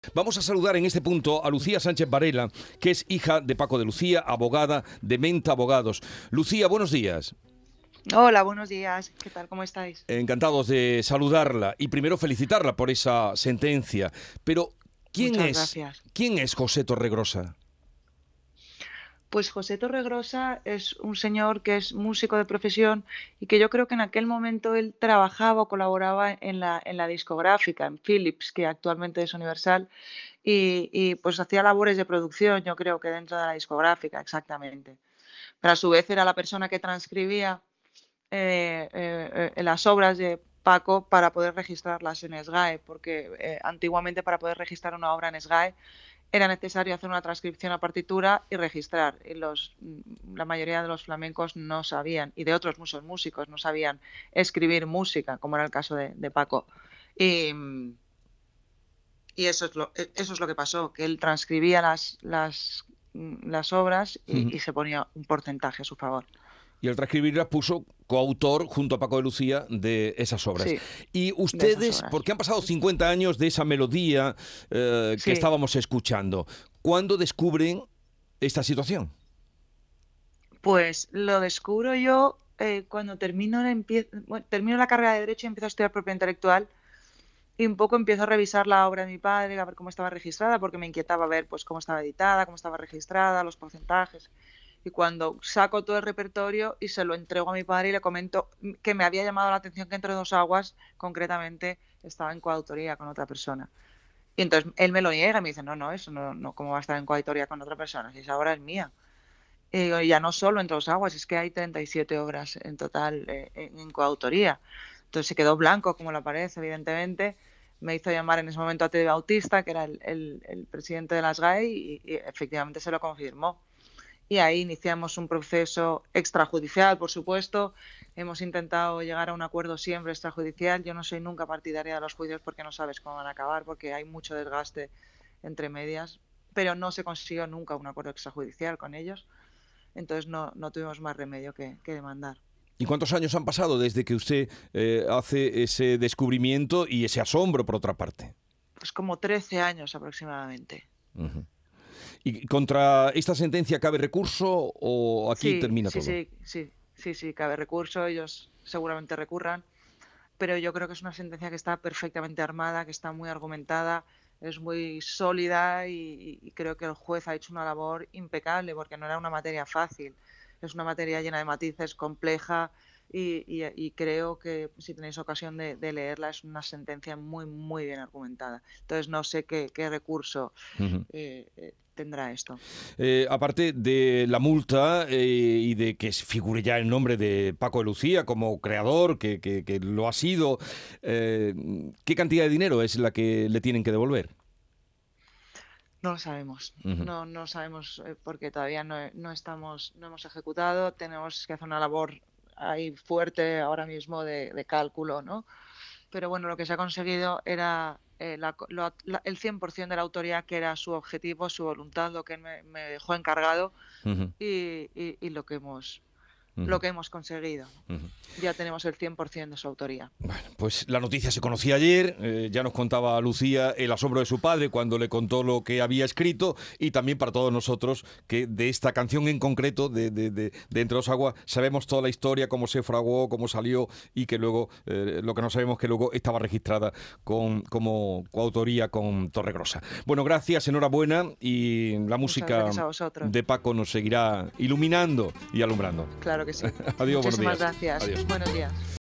Vamos a saludar en este punto a Lucía Sánchez Varela, que es hija de Paco de Lucía, abogada de Menta Abogados. Lucía, buenos días. Hola, buenos días. ¿Qué tal? ¿Cómo estáis? Encantados de saludarla y primero felicitarla por esa sentencia. Pero, ¿quién Muchas es, gracias. quién es José Torregrosa? Pues José Torregrosa es un señor que es músico de profesión y que yo creo que en aquel momento él trabajaba o colaboraba en la discográfica, en Philips, que actualmente es Universal, y pues hacía labores de producción, yo creo que dentro de la discográfica, exactamente. Pero a su vez era la persona que transcribía las obras de Paco para poder registrarlas en SGAE, porque antiguamente para poder registrar una obra en SGAE era necesario hacer una transcripción a partitura y registrar. Y la mayoría de los flamencos no sabían, y de otros muchos músicos no sabían escribir música, como era el caso de Paco. Y, y eso es lo que pasó, que él transcribía las obras Ujú. y se ponía un porcentaje a su favor. Y al transcribirlas puso coautor junto a Paco de Lucía de esas obras. Sí, Y de esas ustedes, obras. porque han pasado 50 años de esa melodía que Sí, estábamos escuchando, ¿cuándo descubren esta situación? pues lo descubro yo cuando termino la carrera de Derecho y empiezo a estudiar propiedad intelectual y un poco empiezo a revisar la obra de mi padre, a ver cómo estaba registrada, porque me inquietaba ver pues cómo estaba editada, cómo estaba registrada, los porcentajes. Y cuando saco todo el repertorio y se lo entrego a mi padre y le comento que me había llamado la atención que Entre dos aguas, concretamente, estaba en coautoría con otra persona. Y entonces él me lo niega y me dice, no, no, eso no, ¿cómo va a estar en coautoría con otra persona? Si esa obra es mía. Y digo, ya no solo Entre dos aguas, es que hay 37 obras en total en coautoría. Entonces se quedó blanco como la pared, evidentemente. Me hizo llamar en ese momento a Tede Bautista, que era el presidente de las GAE, y efectivamente se lo confirmó. Y ahí iniciamos un proceso extrajudicial, por supuesto. Hemos intentado llegar a un acuerdo siempre extrajudicial. Yo no soy nunca partidaria de los juicios porque no sabes cómo van a acabar, porque hay mucho desgaste entre medias, pero no se consiguió nunca un acuerdo extrajudicial con ellos. Entonces no tuvimos más remedio que demandar. ¿Y cuántos años han pasado desde que usted hace ese descubrimiento y ese asombro, por otra parte? Pues como 13 años aproximadamente. Ujú. ¿Y contra esta sentencia cabe recurso o aquí Sí, termina sí, todo? sí, sí, sí, sí, cabe recurso, ellos seguramente recurran, pero yo creo que es una sentencia que está perfectamente armada, que está muy argumentada, es muy sólida y creo que el juez ha hecho una labor impecable porque no era una materia fácil, es una materia llena de matices, compleja y creo que si tenéis ocasión de leerla es una sentencia muy, muy bien argumentada. Entonces no sé qué recurso Ujú. tendrá esto. Aparte de la multa y de que figure ya el nombre de Paco de Lucía como creador, que lo ha sido, eh, ¿qué cantidad de dinero es la que le tienen que devolver? No lo sabemos, Ujú. no sabemos porque todavía no hemos ejecutado, tenemos que hacer una labor ahí fuerte ahora mismo de cálculo, ¿no? Pero bueno, lo que se ha conseguido era el 100% de la autoría, que era su objetivo, su voluntad, lo que él me dejó encargado Ujú. y lo Ujú. que hemos conseguido. Ujú. Ya tenemos el 100% de su autoría. Bueno, pues la noticia se conocía ayer, ya nos contaba Lucía el asombro de su padre cuando le contó lo que había escrito y también para todos nosotros que de esta canción en concreto, de Entre dos aguas, sabemos toda la historia, cómo se fraguó, cómo salió y que luego, lo que no sabemos que luego estaba registrada como coautoría con Torregrosa. Bueno, gracias, enhorabuena y la Muchas música gracias a vosotros. de Paco nos seguirá iluminando y alumbrando. Claro que sí. Adiós, buenos Muchísimas días. gracias. Adiós. Buenos días.